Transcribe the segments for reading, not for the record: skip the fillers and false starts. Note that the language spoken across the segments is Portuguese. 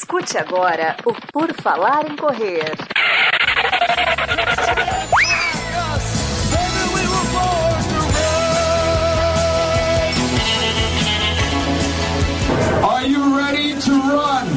Escute agora o Por Falar em Correr. Are you ready to run?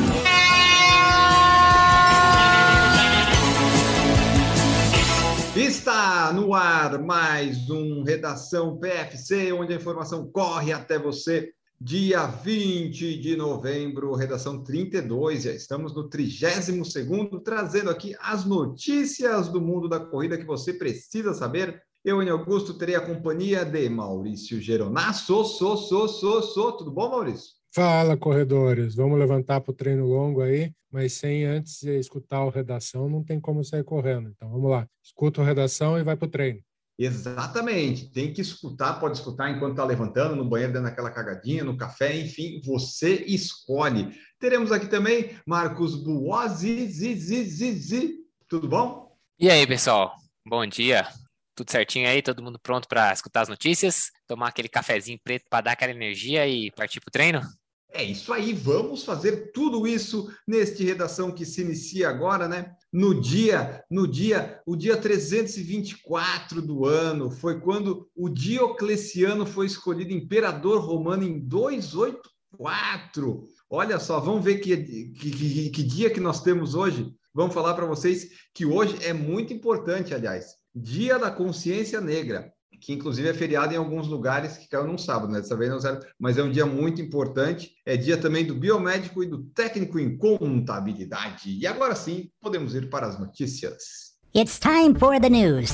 Está no ar mais um Redação PFC, onde a informação corre até você. Dia 20 de novembro, Redação 32, já estamos no 32º, trazendo aqui as notícias do mundo da corrida que você precisa saber. Eu, N. Augusto, terei a companhia de Maurício Geronasso. Tudo bom, Maurício? Fala, corredores. Vamos levantar para o treino longo aí, mas sem antes escutar o Redação, não tem como sair correndo. Então, vamos lá. Escuta o Redação e vai para o treino. Exatamente. Tem que escutar, pode escutar enquanto está levantando, no banheiro, dando aquela cagadinha, no café, enfim, você escolhe. Teremos aqui também Marcos Buozzi. Tudo bom? E aí, pessoal? Bom dia. Tudo certinho aí? Todo mundo pronto para escutar as notícias? Tomar aquele cafezinho preto para dar aquela energia e partir para o treino? É isso aí, vamos fazer tudo isso neste Redação que se inicia agora, né? O dia 324 do ano, foi quando o Diocleciano foi escolhido imperador romano em 284. Olha só, vamos ver que dia que nós temos hoje. Vamos falar para vocês que hoje é muito importante, aliás, Dia da Consciência Negra, que inclusive é feriado em alguns lugares, que caiu num sábado, né? Dessa vez não serve, mas é um dia muito importante. É dia também do biomédico e do técnico em contabilidade. E agora sim, podemos ir para as notícias. It's time for the news.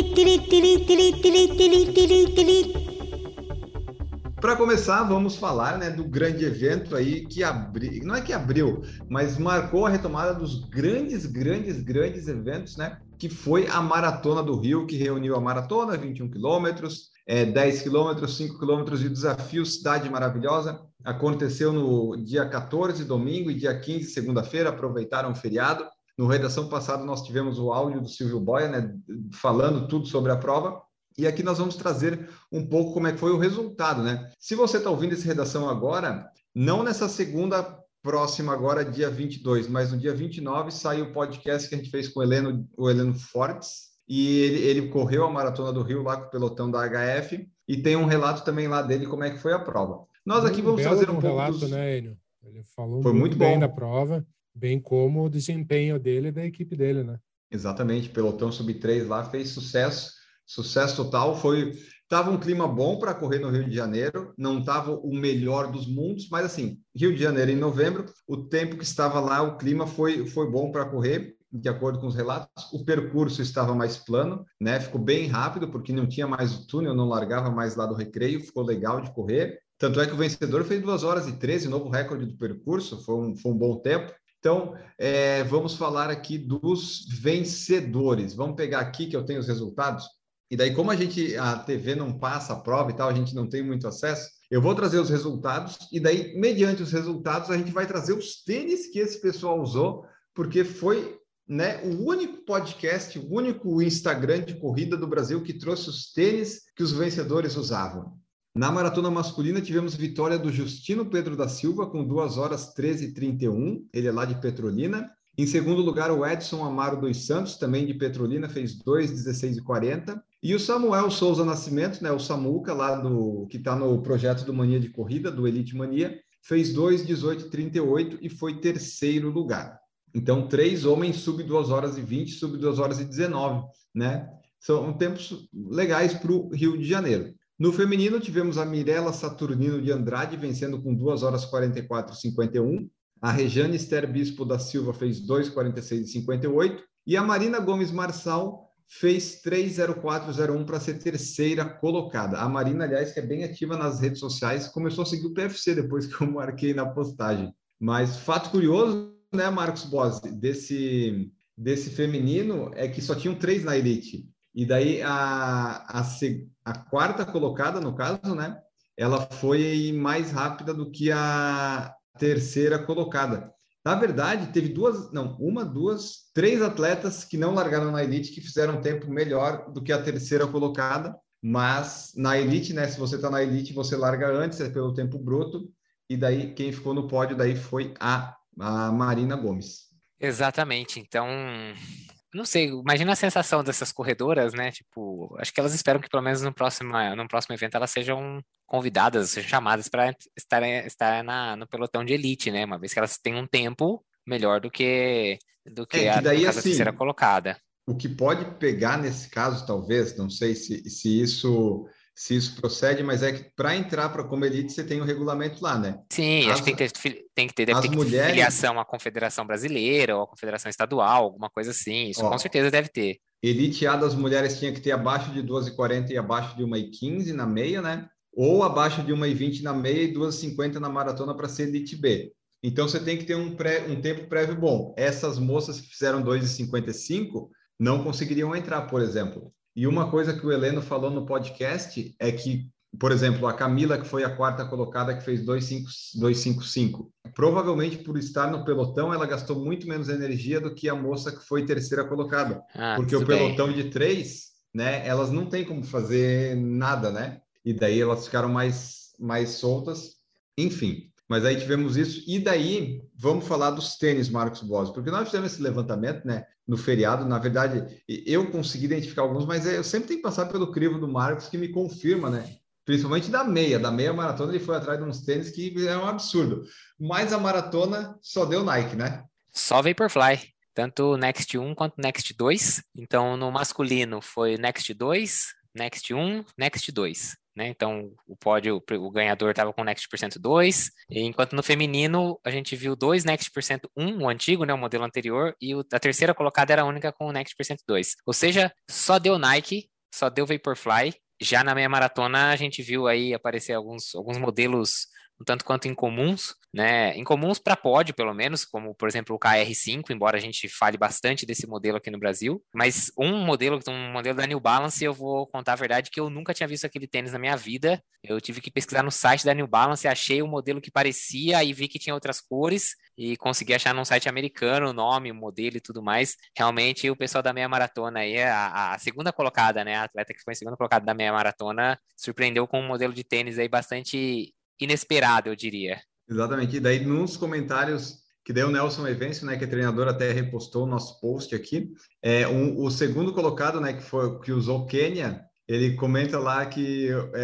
Para começar, vamos falar, né, do grande evento aí que abriu, não é que abriu, mas marcou a retomada dos grandes eventos, né? Que foi a Maratona do Rio, que reuniu a maratona, 21 quilômetros, 10 quilômetros, 5 quilômetros e o desafio Cidade Maravilhosa. Aconteceu no dia 14, domingo, e dia 15, segunda-feira, aproveitaram o feriado. No Redação passado, nós tivemos o áudio do Silvio Boia, né, falando tudo sobre a prova. E aqui nós vamos trazer um pouco como é que foi o resultado, né? Se você está ouvindo esse Redação agora, não nessa segunda próxima agora, dia 22, mas no dia 29 saiu o podcast que a gente fez com o Heleno Fortes, e ele correu a Maratona do Rio lá com o pelotão da HF, e tem um relato também lá dele como é que foi a prova. Nós aqui vamos fazer um pouco relato, né, Enio? Ele falou foi muito bem bom da prova, bem como o desempenho dele e da equipe dele, né? Exatamente, pelotão sub-3 lá fez sucesso total, Tava um clima bom para correr no Rio de Janeiro, não estava o melhor dos mundos, mas assim, Rio de Janeiro em novembro, o tempo que estava lá, o clima foi bom para correr, de acordo com os relatos. O percurso estava mais plano, né? Ficou bem rápido, porque não tinha mais o túnel, não largava mais lá do Recreio, ficou legal de correr. Tanto é que o vencedor fez 2h13, novo recorde do percurso, foi um bom tempo. Então, vamos falar aqui dos vencedores. Vamos pegar aqui que eu tenho os resultados. E daí, como a TV não passa a prova e tal, a gente não tem muito acesso, eu vou trazer os resultados, e daí, mediante os resultados, a gente vai trazer os tênis que esse pessoal usou, porque foi, né, o único podcast, o único Instagram de corrida do Brasil que trouxe os tênis que os vencedores usavam. Na maratona masculina, tivemos vitória do Justino Pedro da Silva, com 2h13:31, ele é lá de Petrolina. Em segundo lugar, o Edson Amaro dos Santos, também de Petrolina, fez 2h16:40. E o Samuel Souza Nascimento, né, o Samuca, que está no projeto do Mania de Corrida, do Elite Mania, fez 2h18:38 e foi terceiro lugar. Então, 3 homens sub 2h20, sub 2h19, né? São tempos legais para o Rio de Janeiro. No feminino, tivemos a Mirella Saturnino de Andrade vencendo com 2h44:51. A Rejane Esther Bispo da Silva fez 2h46:58. E a Marina Gomes Marçal fez 3:04:01 para ser terceira colocada. A Marina, aliás, que é bem ativa nas redes sociais, começou a seguir o PFC depois que eu marquei na postagem. Mas fato curioso, né, Marcos Buozzi, desse feminino, é que só tinham 3 na elite. E daí a quarta colocada, no caso, né, ela foi mais rápida do que a terceira colocada. Na verdade, teve 3 atletas que não largaram na elite, que fizeram um tempo melhor do que a terceira colocada, mas na elite, né, se você está na elite, você larga antes, é pelo tempo bruto, e daí quem ficou no pódio daí foi a a Marina Gomes. Exatamente. Então, não sei, imagina a sensação dessas corredoras, né? Tipo, acho que elas esperam que pelo menos no próximo evento elas sejam convidadas, sejam chamadas para estar no pelotão de elite, né? Uma vez que elas têm um tempo melhor do que Que no daí, caso da terceira assim, colocada. o que pode pegar nesse caso, talvez, não sei se isso procede, mas é que para entrar para como elite você tem um regulamento lá, né? Sim, acho As, que deve as ter que ter mulheres, filiação à Confederação Brasileira ou à Confederação Estadual, alguma coisa assim. Isso com ó, certeza deve ter. elite A das mulheres tinha que ter abaixo de 2:40 e abaixo de 1:15 na meia, né? Ou abaixo de 1:20 na meia e 2:50 na maratona para ser elite B. Então você tem que ter um tempo prévio bom. Essas moças que fizeram 2:55 não conseguiriam entrar, por exemplo. E uma coisa que o Heleno falou no podcast é que, por exemplo, a Camila, que foi a quarta colocada, que fez 2:55, provavelmente por estar no pelotão, ela gastou muito menos energia do que a moça que foi terceira colocada, Ah, porque o tudo bem. pelotão de 3, né, elas não têm como fazer nada, né? E daí elas ficaram mais soltas, enfim. Mas aí tivemos isso, e daí vamos falar dos tênis, Marcos Bosi, porque nós fizemos esse levantamento, né, no feriado. Na verdade, eu consegui identificar alguns, mas eu sempre tenho que passar pelo crivo do Marcos, que me confirma, né? Principalmente da meia maratona, ele foi atrás de uns tênis que é um absurdo. Mas a maratona só deu Nike, né? Só Vaporfly. Tanto o Next 1 quanto o Next 2. Então, no masculino foi Next 2, Next 1, Next 2. Né? Então, o ganhador estava com o Next Percent 2, enquanto no feminino a gente viu dois Next Percent 1, o antigo, né, o modelo anterior, e a terceira colocada era a única com o Next Percent 2. Ou seja, só deu Nike, só deu Vaporfly. Já na meia maratona a gente viu aí aparecer alguns modelos um tanto quanto incomuns, né? Incomuns para pódio, pelo menos, como, por exemplo, o KR5, embora a gente fale bastante desse modelo aqui no Brasil. Mas um modelo da New Balance, eu vou contar a verdade que eu nunca tinha visto aquele tênis na minha vida. Eu tive que pesquisar no site da New Balance, achei um modelo que parecia e vi que tinha outras cores e consegui achar num site americano o nome, o modelo e tudo mais. Realmente, o pessoal da meia maratona aí, a segunda colocada, né? A atleta que foi a segunda colocada da meia maratona, surpreendeu com um modelo de tênis aí bastante inesperado, eu diria. Exatamente. E daí, nos comentários, que daí o Nelson Evencio, né, que é treinador, até repostou o nosso post aqui. O segundo colocado, né, que usou Quênia, ele comenta lá que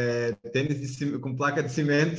tênis com placa de cimento,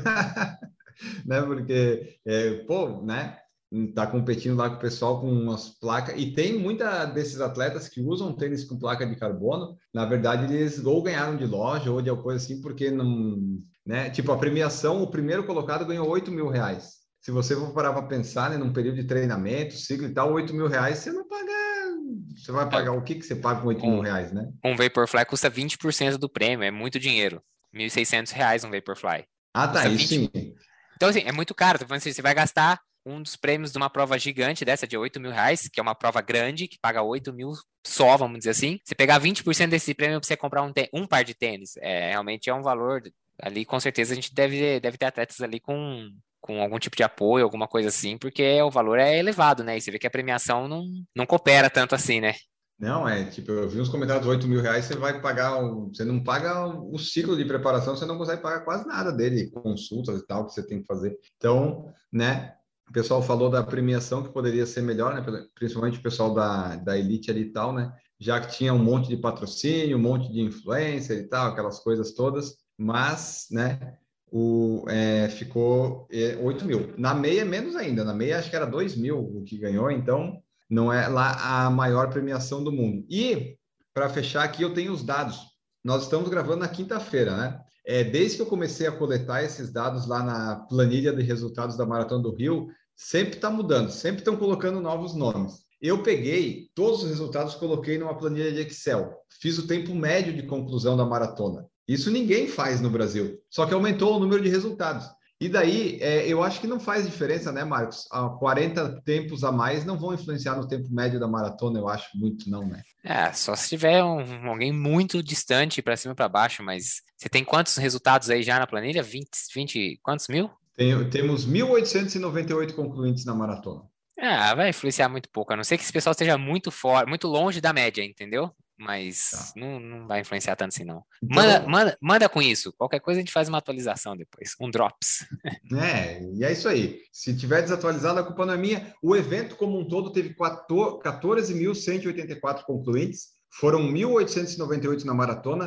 né, porque, né, tá competindo lá com o pessoal com umas placas, e tem muita desses atletas que usam tênis com placa de carbono, na verdade eles ou ganharam de loja ou de alguma coisa assim, porque não, né, tipo a premiação, o primeiro colocado ganhou R$ 8.000. Se você for parar para pensar, né, num período de treinamento, ciclo e tal, R$ 8.000, você vai pagar o que você paga com R$ 8.000, né? Um Vaporfly custa 20% do prêmio, é muito dinheiro. R$ 1.600 um Vaporfly. Ah, tá, Custa isso 20. sim. Então, assim, é muito caro. Tô falando assim, você vai gastar um dos prêmios de uma prova gigante dessa de R$ 8.000, que é uma prova grande, que paga 8.000 só, vamos dizer assim. Você pegar 20% desse prêmio para você comprar um par de tênis, realmente é um valor ali, com certeza a gente deve ter atletas ali com algum tipo de apoio, alguma coisa assim, porque o valor é elevado, né? E você vê que a premiação não coopera tanto assim, né? Não, tipo, eu vi uns comentários, R$ 8.000, você vai pagar, você não paga o ciclo de preparação, você não consegue pagar quase nada dele, consultas e tal, que você tem que fazer. Então, né, o pessoal falou da premiação que poderia ser melhor, né, principalmente o pessoal da Elite ali e tal, né, já que tinha um monte de patrocínio, um monte de influencer e tal, aquelas coisas todas, mas, né, ficou 8.000. Na meia, menos ainda, na meia acho que era 2.000 o que ganhou, então não é lá a maior premiação do mundo. E, para fechar aqui, eu tenho os dados. Nós estamos gravando na quinta-feira, né? Desde que eu comecei a coletar esses dados lá na planilha de resultados da Maratona do Rio, sempre está mudando, sempre estão colocando novos nomes. Eu peguei todos os resultados, coloquei numa planilha de Excel. Fiz o tempo médio de conclusão da maratona. Isso ninguém faz no Brasil, só que aumentou o número de resultados. E daí, eu acho que não faz diferença, né, Marcos? 40 tempos a mais não vão influenciar no tempo médio da maratona, eu acho muito não, né? Só se tiver alguém muito distante para cima e para baixo, mas você tem quantos resultados aí já na planilha? 20 quantos mil? Temos 1.898 concluintes na maratona. Vai influenciar muito pouco, a não ser que esse pessoal esteja muito fora, muito longe da média, entendeu? mas não vai influenciar tanto assim, não. Então, Manda com isso. Qualquer coisa a gente faz uma atualização depois, um drops. e é isso aí. Se tiver desatualizado, a culpa não é minha. O evento como um todo teve 14.184 concluintes, foram 1.898 na maratona,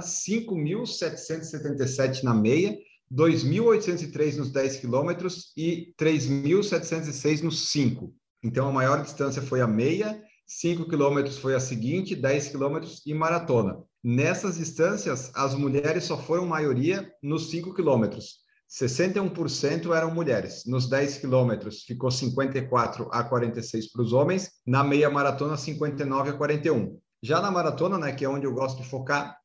5.777 na meia, 2.803 nos 10 quilômetros e 3.706 nos 5. Então, a maior distância foi a meia, 5 quilômetros foi a seguinte, 10 quilômetros e maratona. Nessas distâncias, as mulheres só foram maioria nos 5 quilômetros. 61% eram mulheres. Nos 10 quilômetros, ficou 54 a 46 para os homens. Na meia maratona, 59 a 41. Já na maratona, né, que é onde eu gosto de focar,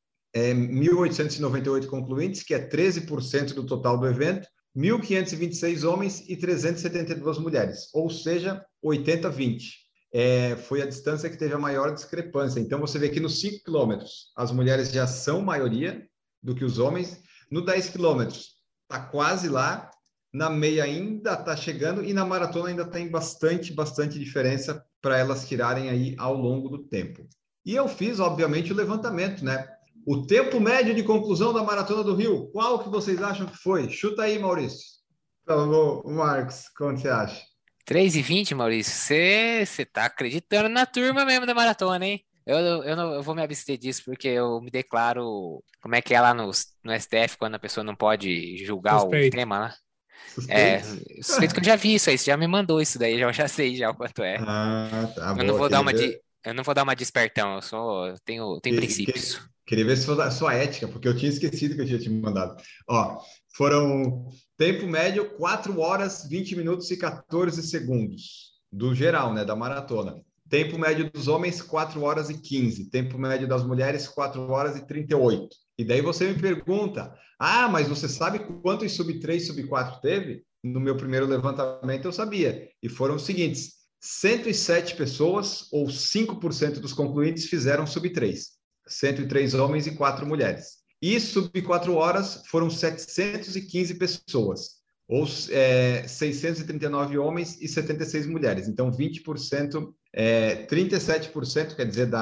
1.898 concluintes, que é 13% do total do evento, 1.526 homens e 372 mulheres, ou seja, 80-20. Foi a distância que teve a maior discrepância. Então, você vê que nos 5 quilômetros, as mulheres já são maioria do que os homens. No 10 quilômetros, está quase lá. Na meia ainda está chegando. E na maratona ainda tem bastante diferença para elas tirarem aí ao longo do tempo. E eu fiz, obviamente, o levantamento, né? O tempo médio de conclusão da Maratona do Rio, qual que vocês acham que foi? Chuta aí, Maurício. Então, Marcos, como você acha? 3:20, Maurício, você tá acreditando na turma mesmo da maratona, hein? Eu vou me abster disso porque eu me declaro, como é que é lá no STF, quando a pessoa não pode julgar Suspeito. o tema lá? Suspeito? Suspeito que eu já vi isso aí, você já me mandou isso daí, eu já sei já o quanto é. Tá Eu não bom. vou dar eu não vou dar uma despertão, eu tenho princípios. Queria ver se a sua ética, porque eu tinha esquecido que eu tinha te mandado. Ó, foram tempo médio 4 horas, 20 minutos e 14 segundos, do geral, né, da maratona. Tempo médio dos homens, 4 horas e 15. Tempo médio das mulheres, 4 horas e 38. E daí você me pergunta, mas você sabe quantos sub-3, sub-4 teve? No meu primeiro levantamento eu sabia. E foram os seguintes, 107 pessoas, ou 5% dos concluintes, fizeram sub-3. 103 homens e 4 mulheres. E sub 4 horas foram 715 pessoas, ou 639 homens e 76 mulheres. Então, 20%, 37%, quer dizer,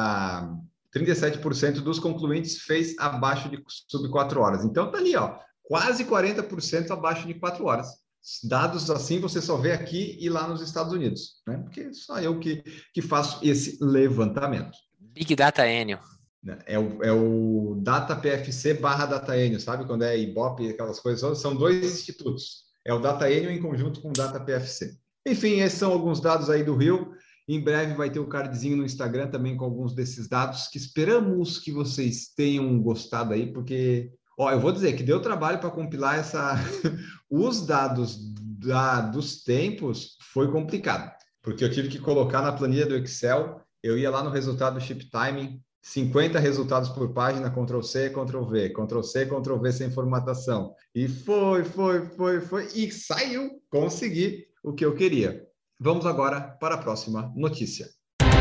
37% dos concluintes fez abaixo de sub 4 horas. Então, tá ali, ó, quase 40% abaixo de 4 horas. Dados assim você só vê aqui e lá nos Estados Unidos, né? Porque só eu que faço esse levantamento. Big Data Enio. É o Data PFC / Data Enio, sabe? Quando é Ibope e aquelas coisas, são dois institutos. É o Data Enio em conjunto com o Data PFC. Enfim, esses são alguns dados aí do Rio. Em breve vai ter o cardzinho no Instagram também com alguns desses dados, que esperamos que vocês tenham gostado aí, porque, eu vou dizer que deu trabalho para compilar os dados dos tempos, foi complicado, porque eu tive que colocar na planilha do Excel, eu ia lá no resultado do Ship Timing, 50 resultados por página, Ctrl+C, Ctrl+V, Ctrl+C, Ctrl+V sem formatação. E foi, e saiu, consegui o que eu queria. Vamos agora para a próxima notícia.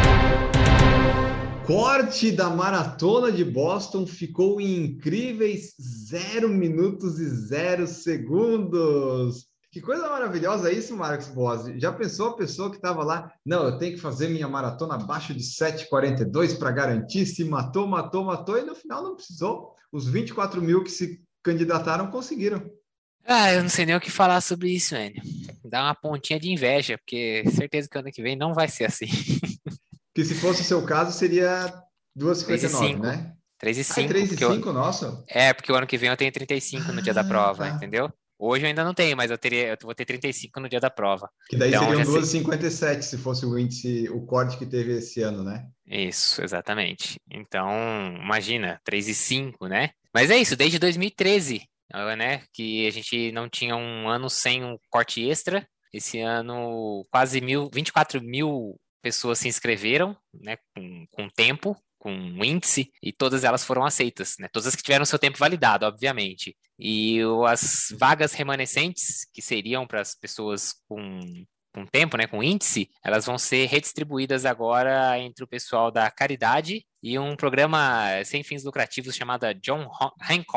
Corte da Maratona de Boston ficou em incríveis 0 minutos e 0 segundos. Que coisa maravilhosa isso, Marcos Bose. Já pensou a pessoa que estava lá? Não, eu tenho que fazer minha maratona abaixo de 7:42 para garantir. Se matou, e no final não precisou. Os 24 mil que se candidataram conseguiram. Eu não sei nem o que falar sobre isso, Enio. Dá uma pontinha de inveja, porque certeza que ano que vem não vai ser assim. Que se fosse o seu caso, seria 2:59, né? 3:05. 3:05, nossa. Porque o ano que vem eu tenho 35 no dia da prova, entendeu? Hoje eu ainda não tenho, mas eu vou ter 35 no dia da prova. Que daí então, seriam 2:57 se fosse o índice, o corte que teve esse ano, né? Isso, exatamente. Então, imagina, 3:05, né? Mas é isso, desde 2013, né? Que a gente não tinha um ano sem um corte extra. Esse ano, quase 24 mil pessoas se inscreveram, né? Com tempo, com índice, e todas elas foram aceitas, né? Todas que tiveram seu tempo validado, obviamente. E as vagas remanescentes, que seriam para as pessoas com tempo, né, com índice, elas vão ser redistribuídas agora entre o pessoal da caridade e um programa sem fins lucrativos chamado John Hancock,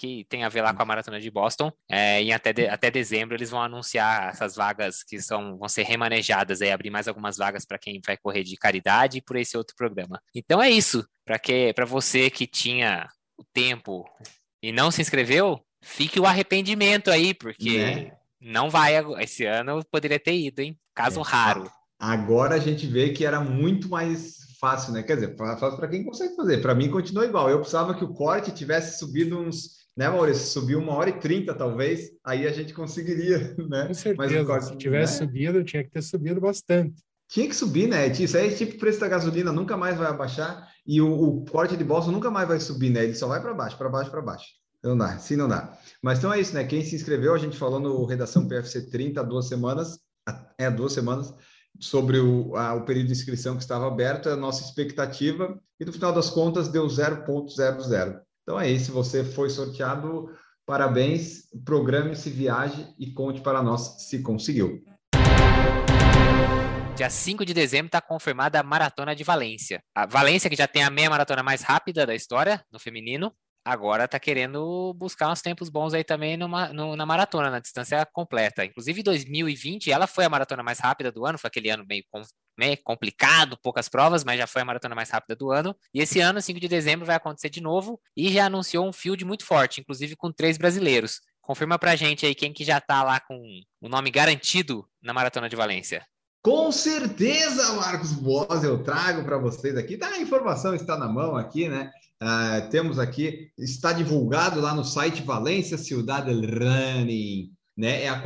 que tem a ver lá com a Maratona de Boston. E até dezembro eles vão anunciar essas vagas que vão ser remanejadas, abrir mais algumas vagas para quem vai correr de caridade e por esse outro programa. Então é isso. Para você que tinha o tempo e não se inscreveu, fique o arrependimento aí, porque não vai. Esse ano eu poderia ter ido, hein? Caso raro. Agora a gente vê que era muito mais fácil, né? Quer dizer, fácil para quem consegue fazer. Para mim continua igual. Eu precisava que o corte tivesse subido uns, né, Maurício? Subiu 1h30, talvez. Aí a gente conseguiria, né? Com certeza. Mas o corte, se tivesse subido, tinha que ter subido bastante. Tinha que subir, né? Isso aí é tipo o preço da gasolina, nunca mais vai abaixar. E o corte de Boston nunca mais vai subir, né? Ele só vai para baixo, para baixo, para baixo. Não dá, sim, não dá. Mas então é isso, né? Quem se inscreveu, a gente falou no Redação PFC 30 há 2 semanas. 2 semanas. Sobre o período de inscrição que estava aberto, é a nossa expectativa, e no final das contas deu 0,00. Então é isso, se você foi sorteado, parabéns, programe-se, viaje e conte para nós se conseguiu. Dia 5 de dezembro está confirmada a Maratona de Valência. A Valência, que já tem a meia maratona mais rápida da história, no feminino, agora está querendo buscar uns tempos bons aí também na maratona, na distância completa. Inclusive, em 2020, ela foi a maratona mais rápida do ano, foi aquele ano meio complicado, poucas provas, mas já foi a maratona mais rápida do ano. E esse ano, 5 de dezembro, vai acontecer de novo e já anunciou um field muito forte, inclusive com 3 brasileiros. Confirma pra gente aí quem que já tá lá com o nome garantido na Maratona de Valência. Com certeza, Marcos Boas, eu trago para vocês aqui. A informação está na mão aqui, né? Temos aqui, está divulgado lá no site Valência Ciudad del Running, né? É a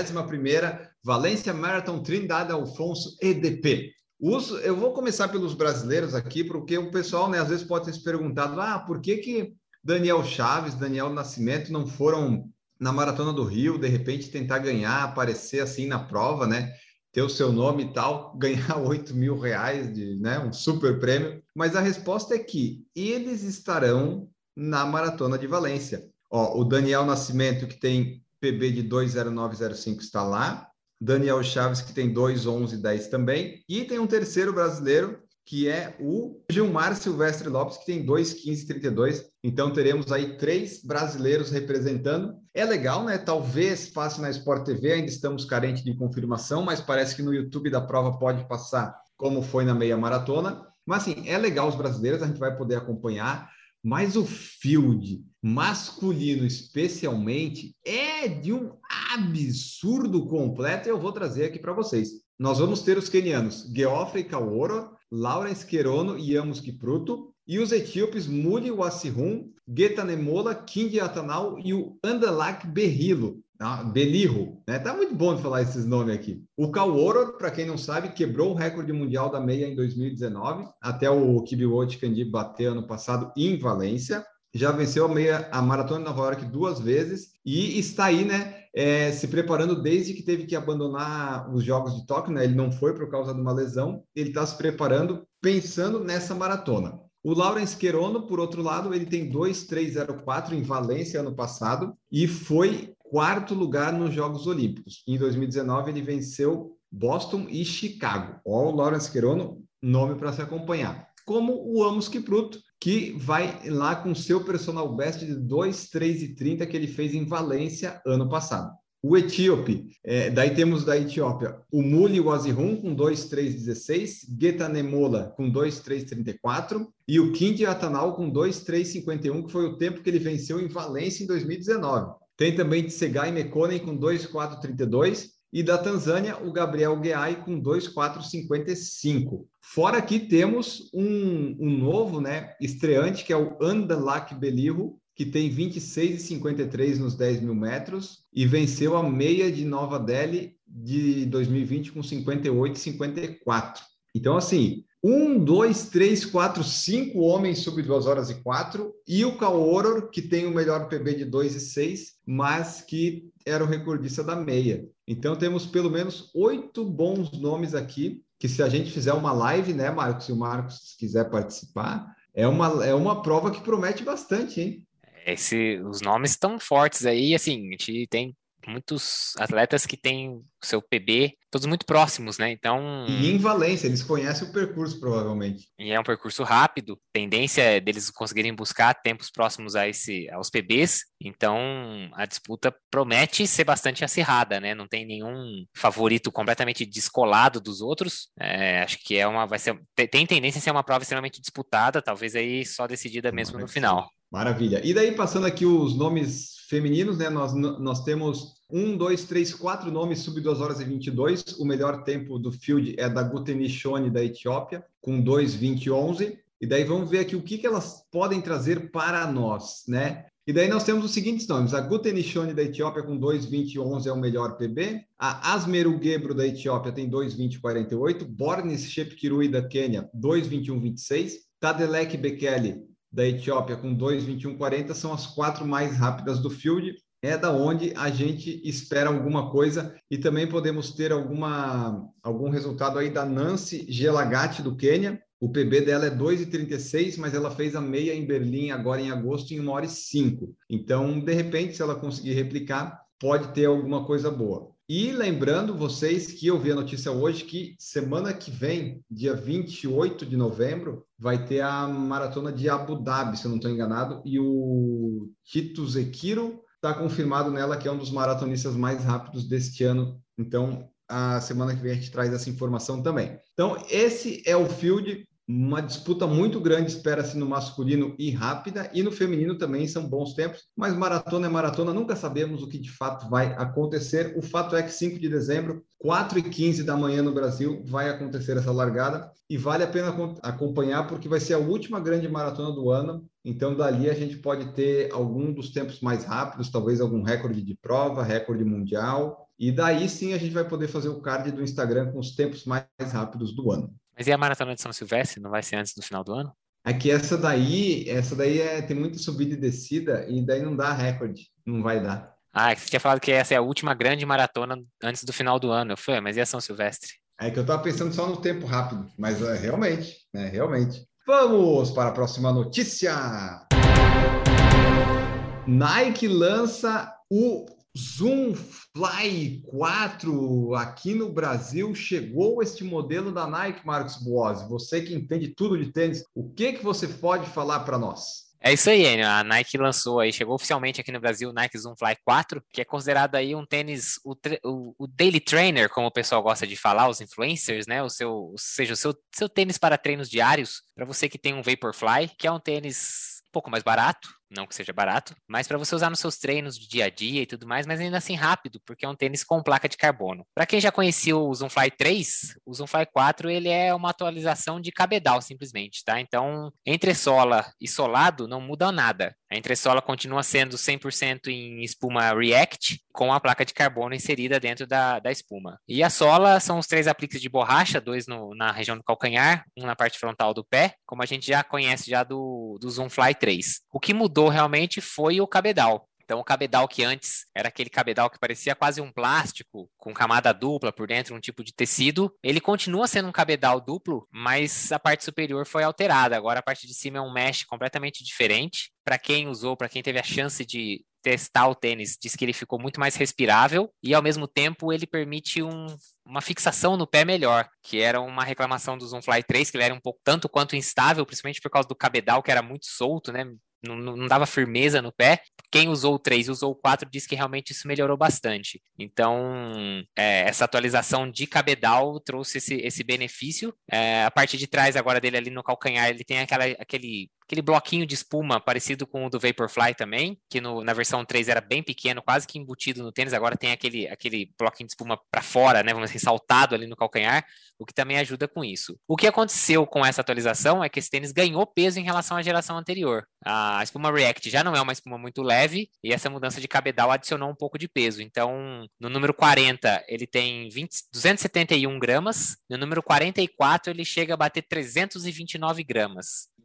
41ª Valência Marathon Trindade Alfonso EDP. Eu vou começar pelos brasileiros aqui, porque o pessoal, né, às vezes pode ter se perguntado, por que Daniel Chaves, Daniel Nascimento não foram na Maratona do Rio, de repente tentar ganhar, aparecer assim na prova, né? Ter o seu nome e tal, ganhar R$8.000, né, um super prêmio, mas a resposta é que eles estarão na Maratona de Valência. O Daniel Nascimento, que tem PB de 2:09:05, está lá, Daniel Chaves, que tem 2:11:10 também, e tem um terceiro brasileiro, que é o Gilmar Silvestre Lopes, que tem 2:15:32. Então, teremos aí 3 brasileiros representando. É legal, né? Talvez passe na Sport TV, ainda estamos carentes de confirmação, mas parece que no YouTube da prova pode passar como foi na meia maratona. Mas, assim, é legal os brasileiros, a gente vai poder acompanhar. Mas o field masculino, especialmente, é de um absurdo completo e eu vou trazer aqui para vocês. Nós vamos ter os quenianos Geoffrey Kaworor, Lawrence Kerono e Amos Kipruto, e os etíopes Muli Wassihun, Getanemola, King Atanal e o Andalak Belirro, né? Tá muito bom de falar esses nomes aqui. O Kaworor, para quem não sabe, quebrou o recorde mundial da meia em 2019, até o Kibiwot Kandi bater ano passado em Valência. Já venceu a Maratona de Nova York 2 vezes e está aí, né, se preparando desde que teve que abandonar os Jogos de Tóquio, né? Ele não foi por causa de uma lesão, ele está se preparando pensando nessa maratona. O Lawrence Kerono, por outro lado, ele tem 2:3:04 em Valência ano passado e foi 4º lugar nos Jogos Olímpicos. Em 2019, ele venceu Boston e Chicago. O Lawrence Kerono, nome para se acompanhar. Como o Amos Kipruto, que vai lá com seu personal best de 2:3:30 que ele fez em Valência ano passado. O etíope, daí temos da Etiópia o Muli Wassihun com 2:3:16, Getanemola com 2:3:34 e o King Atanal com 2:3:51, que foi o tempo que ele venceu em Valência em 2019. Tem também Tsegai Mekonnen com 2:4:32 e da Tanzânia o Gabriel Geai com 2:4:55. Fora aqui temos um novo, né, estreante, que é o Andalak Belirro, que tem 26:53 nos 10.000 metros e venceu a meia de Nova Delhi de 2020 com 58:54. Então, assim, 1, 2, 3, 4, 5 homens sub 2h04 e o Kaworor, que tem o melhor PB de 2:06, mas que era o recordista da meia. Então, temos pelo menos 8 bons nomes aqui, que se a gente fizer uma live, né, Marcos, se o Marcos quiser participar, é uma prova que promete bastante, hein? Os nomes estão fortes aí, assim, a gente tem muitos atletas que têm o seu PB todos muito próximos, né? Então... E em Valência, eles conhecem o percurso, provavelmente. E é um percurso rápido, tendência é deles conseguirem buscar tempos próximos aos PBs, então a disputa promete ser bastante acirrada, né? Não tem nenhum favorito completamente descolado dos outros, acho que tem tendência a ser uma prova extremamente disputada, talvez aí só decidida mesmo no final. Maravilha. E daí, passando aqui os nomes femininos, né? Nós temos 1, 2, 3, 4 nomes sub 2 horas e 22. O melhor tempo do field é da Guteni Shone, da Etiópia, com 2:20:11. E daí vamos ver aqui o que elas podem trazer para nós, né? E daí nós temos os seguintes nomes. A Guteni Shone, da Etiópia, com 2:20:11 é o melhor PB. A Asmeru Gebru, da Etiópia, tem 2:20:48. Bornis Shepkirui, da Quênia, 2:21:26. Tadelek Bekele, da Etiópia, com 2:21:40, são as 4 mais rápidas do field. É da onde a gente espera alguma coisa, e também podemos ter algum resultado aí da Nancy Gelagati, do Quênia. O PB dela é 2:36, mas ela fez a meia em Berlim agora em agosto em 1:05. Então, de repente, se ela conseguir replicar, pode ter alguma coisa boa. E lembrando vocês que eu vi a notícia hoje que semana que vem, dia 28 de novembro, vai ter a maratona de Abu Dhabi, se eu não estou enganado, e o Tito Zekiro está confirmado nela que é um dos maratonistas mais rápidos deste ano. Então, a semana que vem a gente traz essa informação também. Então, esse é o field. Uma disputa muito grande espera-se no masculino e rápida, e no feminino também são bons tempos, mas maratona é maratona, nunca sabemos o que de fato vai acontecer. O fato é que 5 de dezembro, 4:15 da manhã no Brasil, vai acontecer essa largada, e vale a pena acompanhar, porque vai ser a última grande maratona do ano. Então, dali a gente pode ter algum dos tempos mais rápidos, talvez algum recorde de prova, recorde mundial, e daí sim a gente vai poder fazer o card do Instagram com os tempos mais rápidos do ano. Mas e a maratona de São Silvestre? Não vai ser antes do final do ano? É que essa daí tem muita subida e descida, e daí não dá recorde, não vai dar. Ah, você tinha falado que essa é a última grande maratona antes do final do ano. Eu falei, mas e a São Silvestre? É que eu estava pensando só no tempo rápido, mas realmente. Vamos para a próxima notícia. Nike lança o Zoom Fly 4 aqui no Brasil. Chegou este modelo da Nike, Marcos Boazzi. Você que entende tudo de tênis, o que você pode falar para nós? É isso aí, Enio. A Nike lançou aí, chegou oficialmente aqui no Brasil o Nike Zoom Fly 4, que é considerado aí um tênis, o daily trainer, como o pessoal gosta de falar, os influencers, né? O seu tênis para treinos diários, para você que tem um Vaporfly, que é um tênis um pouco mais barato, não que seja barato, mas para você usar nos seus treinos de dia a dia e tudo mais, mas ainda assim rápido, porque é um tênis com placa de carbono. Para quem já conhecia o Zoom Fly 3, o Zoom Fly 4 ele é uma atualização de cabedal simplesmente, tá? Então, entressola e solado não muda nada. A entressola continua sendo 100% em espuma React, com a placa de carbono inserida dentro da espuma. E a sola são os 3 apliques de borracha, 2 na região do calcanhar, um na parte frontal do pé, como a gente já conhece já do Zoom Fly 3. O que mudou realmente foi o cabedal. Então, o cabedal que antes era aquele cabedal que parecia quase um plástico, com camada dupla por dentro, um tipo de tecido, ele continua sendo um cabedal duplo, mas a parte superior foi alterada. Agora a parte de cima é um mesh completamente diferente. Para quem usou, para quem teve a chance de testar o tênis, diz que ele ficou muito mais respirável e, ao mesmo tempo, ele permite uma fixação no pé melhor, que era uma reclamação do Zoom Fly 3, que ele era um pouco tanto quanto instável, principalmente por causa do cabedal, que era muito solto, né? Não dava firmeza no pé. Quem usou o 3 e usou o 4 diz que realmente isso melhorou bastante. Então, essa atualização de cabedal trouxe esse benefício. A parte de trás agora dele ali no calcanhar, ele tem aquele bloquinho de espuma parecido com o do Vaporfly também, que na versão 3 era bem pequeno, quase que embutido no tênis, agora tem aquele bloquinho de espuma para fora, né, vamos dizer, saltado ali no calcanhar, o que também ajuda com isso. O que aconteceu com essa atualização é que esse tênis ganhou peso em relação à geração anterior. A espuma React já não é uma espuma muito leve, e essa mudança de cabedal adicionou um pouco de peso. Então, no número 40, ele tem 271 gramas, no número 44, ele chega a bater 329 gramas.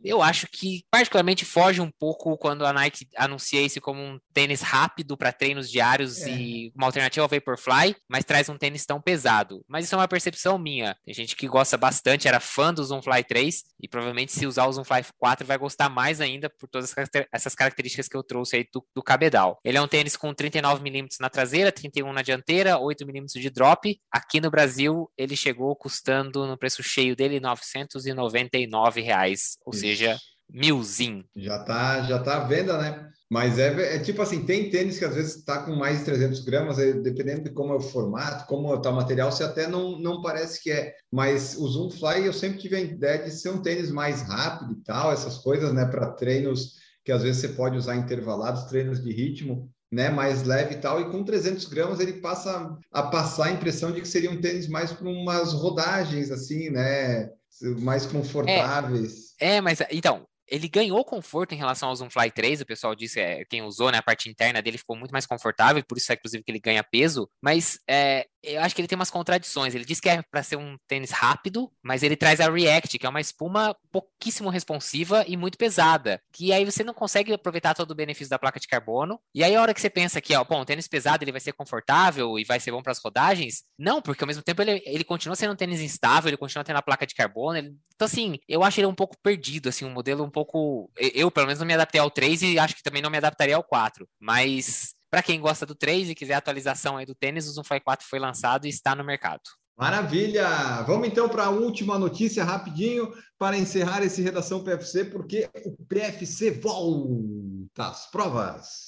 eu acho que particularmente foge um pouco quando a Nike anuncia isso como um tênis rápido para treinos diários e uma alternativa ao Vaporfly, mas traz um tênis tão pesado. Mas isso é uma percepção minha. Tem gente que gosta bastante, era fã do Zoom Fly 3 e provavelmente se usar o Zoom Fly 4 vai gostar mais ainda por todas essas características que eu trouxe aí do cabedal. Ele é um tênis com 39mm na traseira, 31 na dianteira, 8mm de drop. Aqui no Brasil ele chegou custando no preço cheio dele R$ 999, ou seja, milzinho. Já tá à venda, né? Mas é tipo assim, tem tênis que às vezes está com mais de 300 gramas, dependendo de como é o formato, como está o material, você até não parece que é. Mas o Zoom Fly, eu sempre tive a ideia de ser um tênis mais rápido e tal, essas coisas, né? Para treinos que às vezes você pode usar intervalados, treinos de ritmo, né? Mais leve e tal. E com 300 gramas ele passa a impressão de que seria um tênis mais para umas rodagens, assim, né? Mais confortáveis. Mas então... Ele ganhou conforto em relação ao Zoom Fly 3, o pessoal disse, quem usou, né, a parte interna dele ficou muito mais confortável, por isso é inclusive que ele ganha peso, mas eu acho que ele tem umas contradições. Ele diz que é para ser um tênis rápido, mas ele traz a React, que é uma espuma pouquíssimo responsiva e muito pesada, que aí você não consegue aproveitar todo o benefício da placa de carbono, e aí a hora que você pensa que, um tênis pesado ele vai ser confortável e vai ser bom para as rodagens, não, porque ao mesmo tempo ele continua sendo um tênis instável, ele continua tendo a placa de carbono, então assim, eu acho ele um pouco perdido, assim, um modelo um pouco... Eu, pelo menos, não me adaptei ao 3 e acho que também não me adaptaria ao 4. Mas, para quem gosta do 3 e quiser a atualização aí do tênis, o Zoom Fly 4 foi lançado e está no mercado. Maravilha! Vamos então para a última notícia rapidinho para encerrar esse Redação PFC, porque o PFC volta às provas.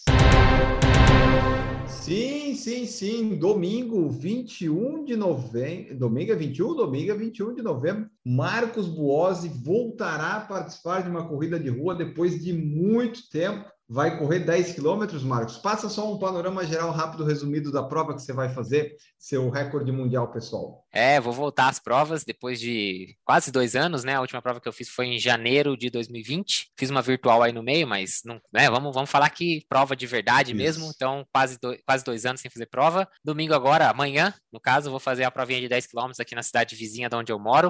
Sim. Domingo, 21 de novembro. Domingo é 21? Domingo é 21 de novembro. Marcos Buozzi voltará a participar de uma corrida de rua depois de muito tempo. Vai correr 10 quilômetros, Marcos? Passa só um panorama geral rápido, resumido da prova que você vai fazer, seu recorde mundial, pessoal. Vou voltar às provas depois de quase 2 anos, né? A última prova que eu fiz foi em janeiro de 2020. Fiz uma virtual aí no meio, mas não, né? Vamos falar que prova de verdade mesmo. Então, quase 2 anos sem fazer prova. Domingo agora, amanhã, no caso, vou fazer a provinha de 10 quilômetros aqui na cidade vizinha de onde eu moro.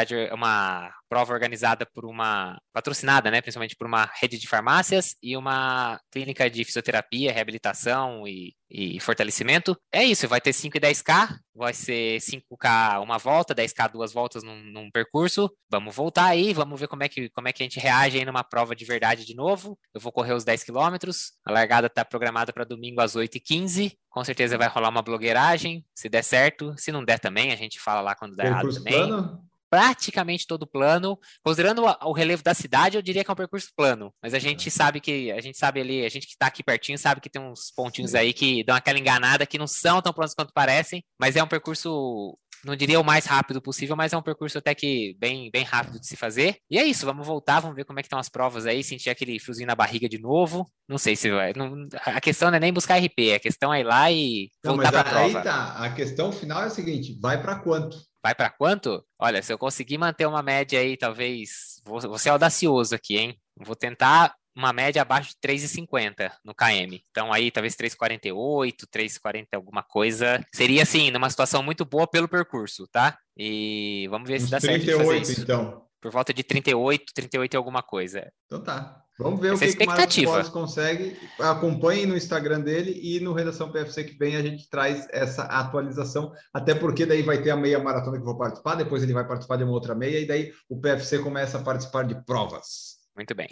Uma prova organizada patrocinada, né? Principalmente por uma rede de farmácias e uma clínica de fisioterapia, reabilitação e fortalecimento. É isso, vai ter 5 e 10K, vai ser 5K uma volta, 10K 2 voltas num percurso. Vamos voltar aí, vamos ver como é que a gente reage aí numa prova de verdade de novo. Eu vou correr os 10 quilômetros, a largada está programada para domingo às 8h15. Com certeza vai rolar uma blogueiragem, se der certo. Se não der também, a gente fala lá quando der errado também. Plano? Praticamente todo plano, considerando o relevo da cidade, eu diria que é um percurso plano, mas a gente sabe ali, a gente que está aqui pertinho sabe que tem uns pontinhos aí que dão aquela enganada, que não são tão planos quanto parecem, mas é um percurso, não diria o mais rápido possível, mas é um percurso até que bem rápido de se fazer. E é isso, vamos voltar, vamos ver como é que estão as provas aí, sentir aquele friozinho na barriga de novo. Não sei se vai. A questão não é nem buscar RP, a questão é ir lá e voltar para a prova. Aí tá, a questão final é a seguinte: vai para quanto? Vai para quanto? Olha, se eu conseguir manter uma média aí, talvez... Vou ser audacioso aqui, hein? Vou tentar uma média abaixo de 3,50 no KM. Então aí, talvez 3,48, 3,40 alguma coisa. Seria, assim, numa situação muito boa pelo percurso, tá? E vamos ver se dá certo de fazer isso. Então. Por volta de 38 e alguma coisa. Então tá. Vamos ver o que o Marcos Buozzi consegue. Acompanhe no Instagram dele e no Redação PFC que vem a gente traz essa atualização, até porque daí vai ter a meia maratona que eu vou participar, depois ele vai participar de uma outra meia e daí o PFC começa a participar de provas. Muito bem.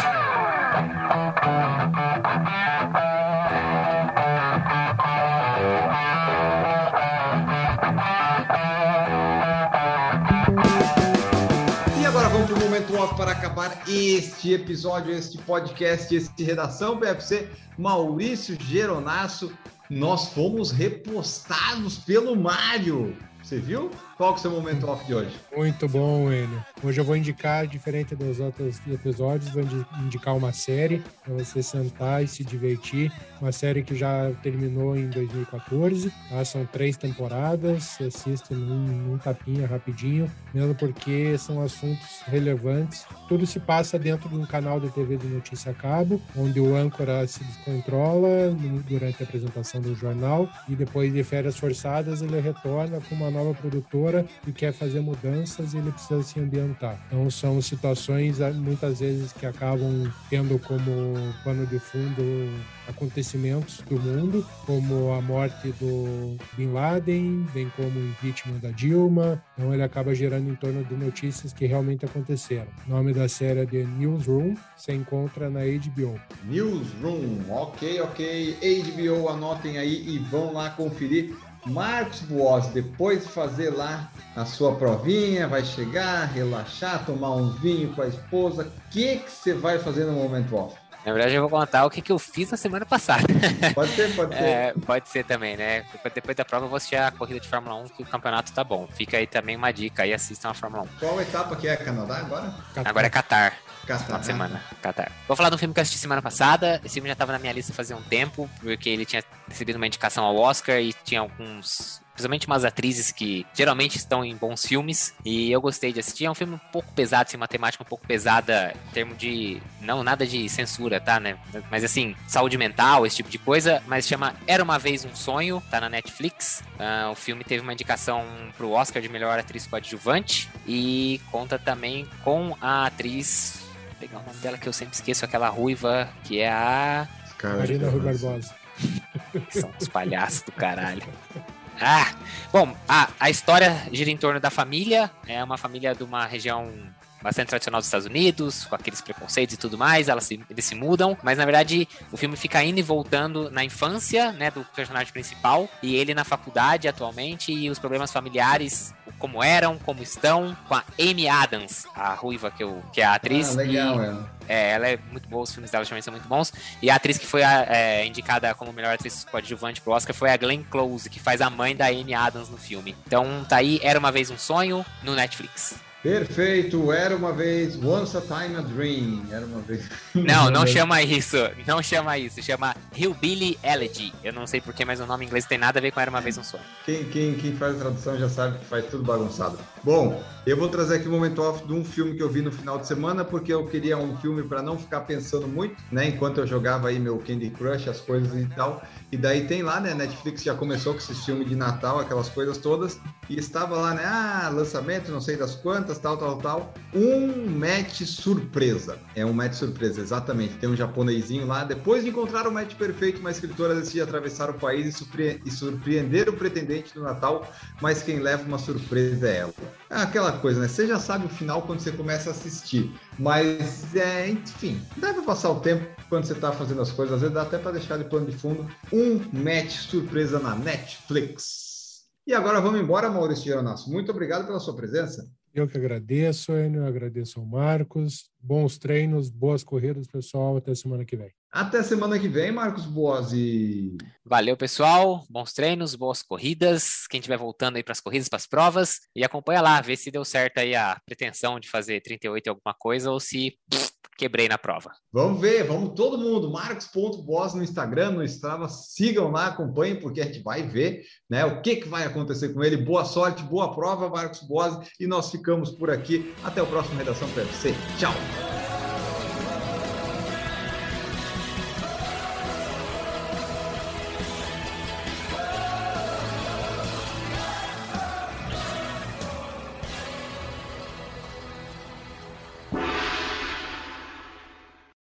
Vamos para o momento off para acabar este episódio, este podcast, este Redação PFC. Maurício Geronasso, nós fomos repostados pelo Mário. Você viu? Qual que é o seu momento off de hoje? Muito bom, Enio. Hoje eu vou indicar, diferente dos outros episódios, vou indicar uma série para você sentar e se divertir. Uma série que já terminou em 2014. Tá? São 3 temporadas. Você assiste num tapinha rapidinho, mesmo porque são assuntos relevantes. Tudo se passa dentro de um canal de TV de notícia a cabo, onde o âncora se descontrola durante a apresentação do jornal e depois de férias forçadas ele retorna com uma nova produtora produtora e quer fazer mudanças e ele precisa se ambientar. Então são situações muitas vezes que acabam tendo como pano de fundo acontecimentos do mundo, como a morte do Bin Laden, bem como o impeachment da Dilma. Então ele acaba gerando em torno de notícias que realmente aconteceram. O nome da série é The Newsroom, se encontra na HBO. Newsroom, ok. HBO, anotem aí e vão lá conferir. Marcos Boas, depois de fazer lá a sua provinha, vai chegar, relaxar, tomar um vinho com a esposa. O que você vai fazer no momento off? Na verdade, eu vou contar o que eu fiz na semana passada. Pode ser. Pode ser também, né? Depois da prova eu vou assistir a corrida de Fórmula 1, que o campeonato tá bom. Fica aí também uma dica aí, assistam a Fórmula 1. Qual etapa que é? Canadá agora? Agora é Qatar. Final de semana, Qatar. Vou falar de um filme que eu assisti semana passada. Esse filme já estava na minha lista fazia um tempo, porque ele tinha recebido uma indicação ao Oscar e tinha alguns... principalmente umas atrizes que geralmente estão em bons filmes, e eu gostei de assistir. É um filme um pouco pesado, assim, uma temática um pouco pesada em termos de... não nada de censura, tá, né? Mas assim, saúde mental, esse tipo de coisa, mas chama Era Uma Vez um Sonho, tá na Netflix. O filme teve uma indicação pro Oscar de melhor atriz coadjuvante e conta também com a atriz... vou pegar o nome dela que eu sempre esqueço, aquela ruiva, que é a... Marina Rui Barbosa. São os palhaços do caralho. Bom, a história gira em torno da família. É uma família de uma região bastante tradicional dos Estados Unidos, com aqueles preconceitos e tudo mais. Eles se mudam, mas na verdade o filme fica indo e voltando na infância, né, do personagem principal, e ele na faculdade atualmente, e os problemas familiares, como eram, como estão, com a Amy Adams, a ruiva que é a atriz. Legal, ela é muito boa, os filmes dela também são muito bons. E a atriz que foi indicada como melhor atriz coadjuvante pro Oscar foi a Glenn Close, que faz a mãe da Amy Adams no filme. Então tá aí, Era Uma Vez um Sonho, no Netflix. Perfeito, Era Uma Vez, Once a Time a Dream, Era Uma Vez... Não chama isso, chama Hillbilly Elegy. Eu não sei porquê, mas o nome em inglês tem nada a ver com Era Uma Vez um Sonho. Quem faz a tradução já sabe que faz tudo bagunçado. Bom, eu vou trazer aqui um momento off de um filme que eu vi no final de semana, porque eu queria um filme para não ficar pensando muito, né, enquanto eu jogava aí meu Candy Crush, as coisas e tal. E daí tem lá, né, Netflix já começou com esses filmes de Natal, aquelas coisas todas, e estava lá, né, lançamento, não sei das quantas, tal. Um match surpresa. É um match surpresa, exatamente. Tem um japonesinho lá. Depois de encontrar o match perfeito, uma escritora decide atravessar o país e surpreender o pretendente do Natal, mas quem leva uma surpresa é ela. É aquela coisa, né? Você já sabe o final quando você começa a assistir. Mas, enfim, dá pra passar o tempo quando você tá fazendo as coisas. Às vezes dá até pra deixar de plano de fundo. Um match surpresa na Netflix. E agora vamos embora, Maurício Geronasso. Muito obrigado pela sua presença. Eu que agradeço, Enio, agradeço ao Marcos. Bons treinos, boas corridas, pessoal. Até semana que vem. Até semana que vem, Marcos Boazzi. Valeu, pessoal. Bons treinos, boas corridas. Quem estiver voltando aí para as corridas, para as provas, e acompanha lá, vê se deu certo aí a pretensão de fazer 38 e alguma coisa ou se quebrei na prova. Vamos ver, vamos todo mundo. Marcos.boas no Instagram, no Strava. Sigam lá, acompanhem, porque a gente vai ver, né, o que vai acontecer com ele. Boa sorte, boa prova, Marcos Boas. E nós ficamos por aqui. Até o próximo Redação PFC. Tchau.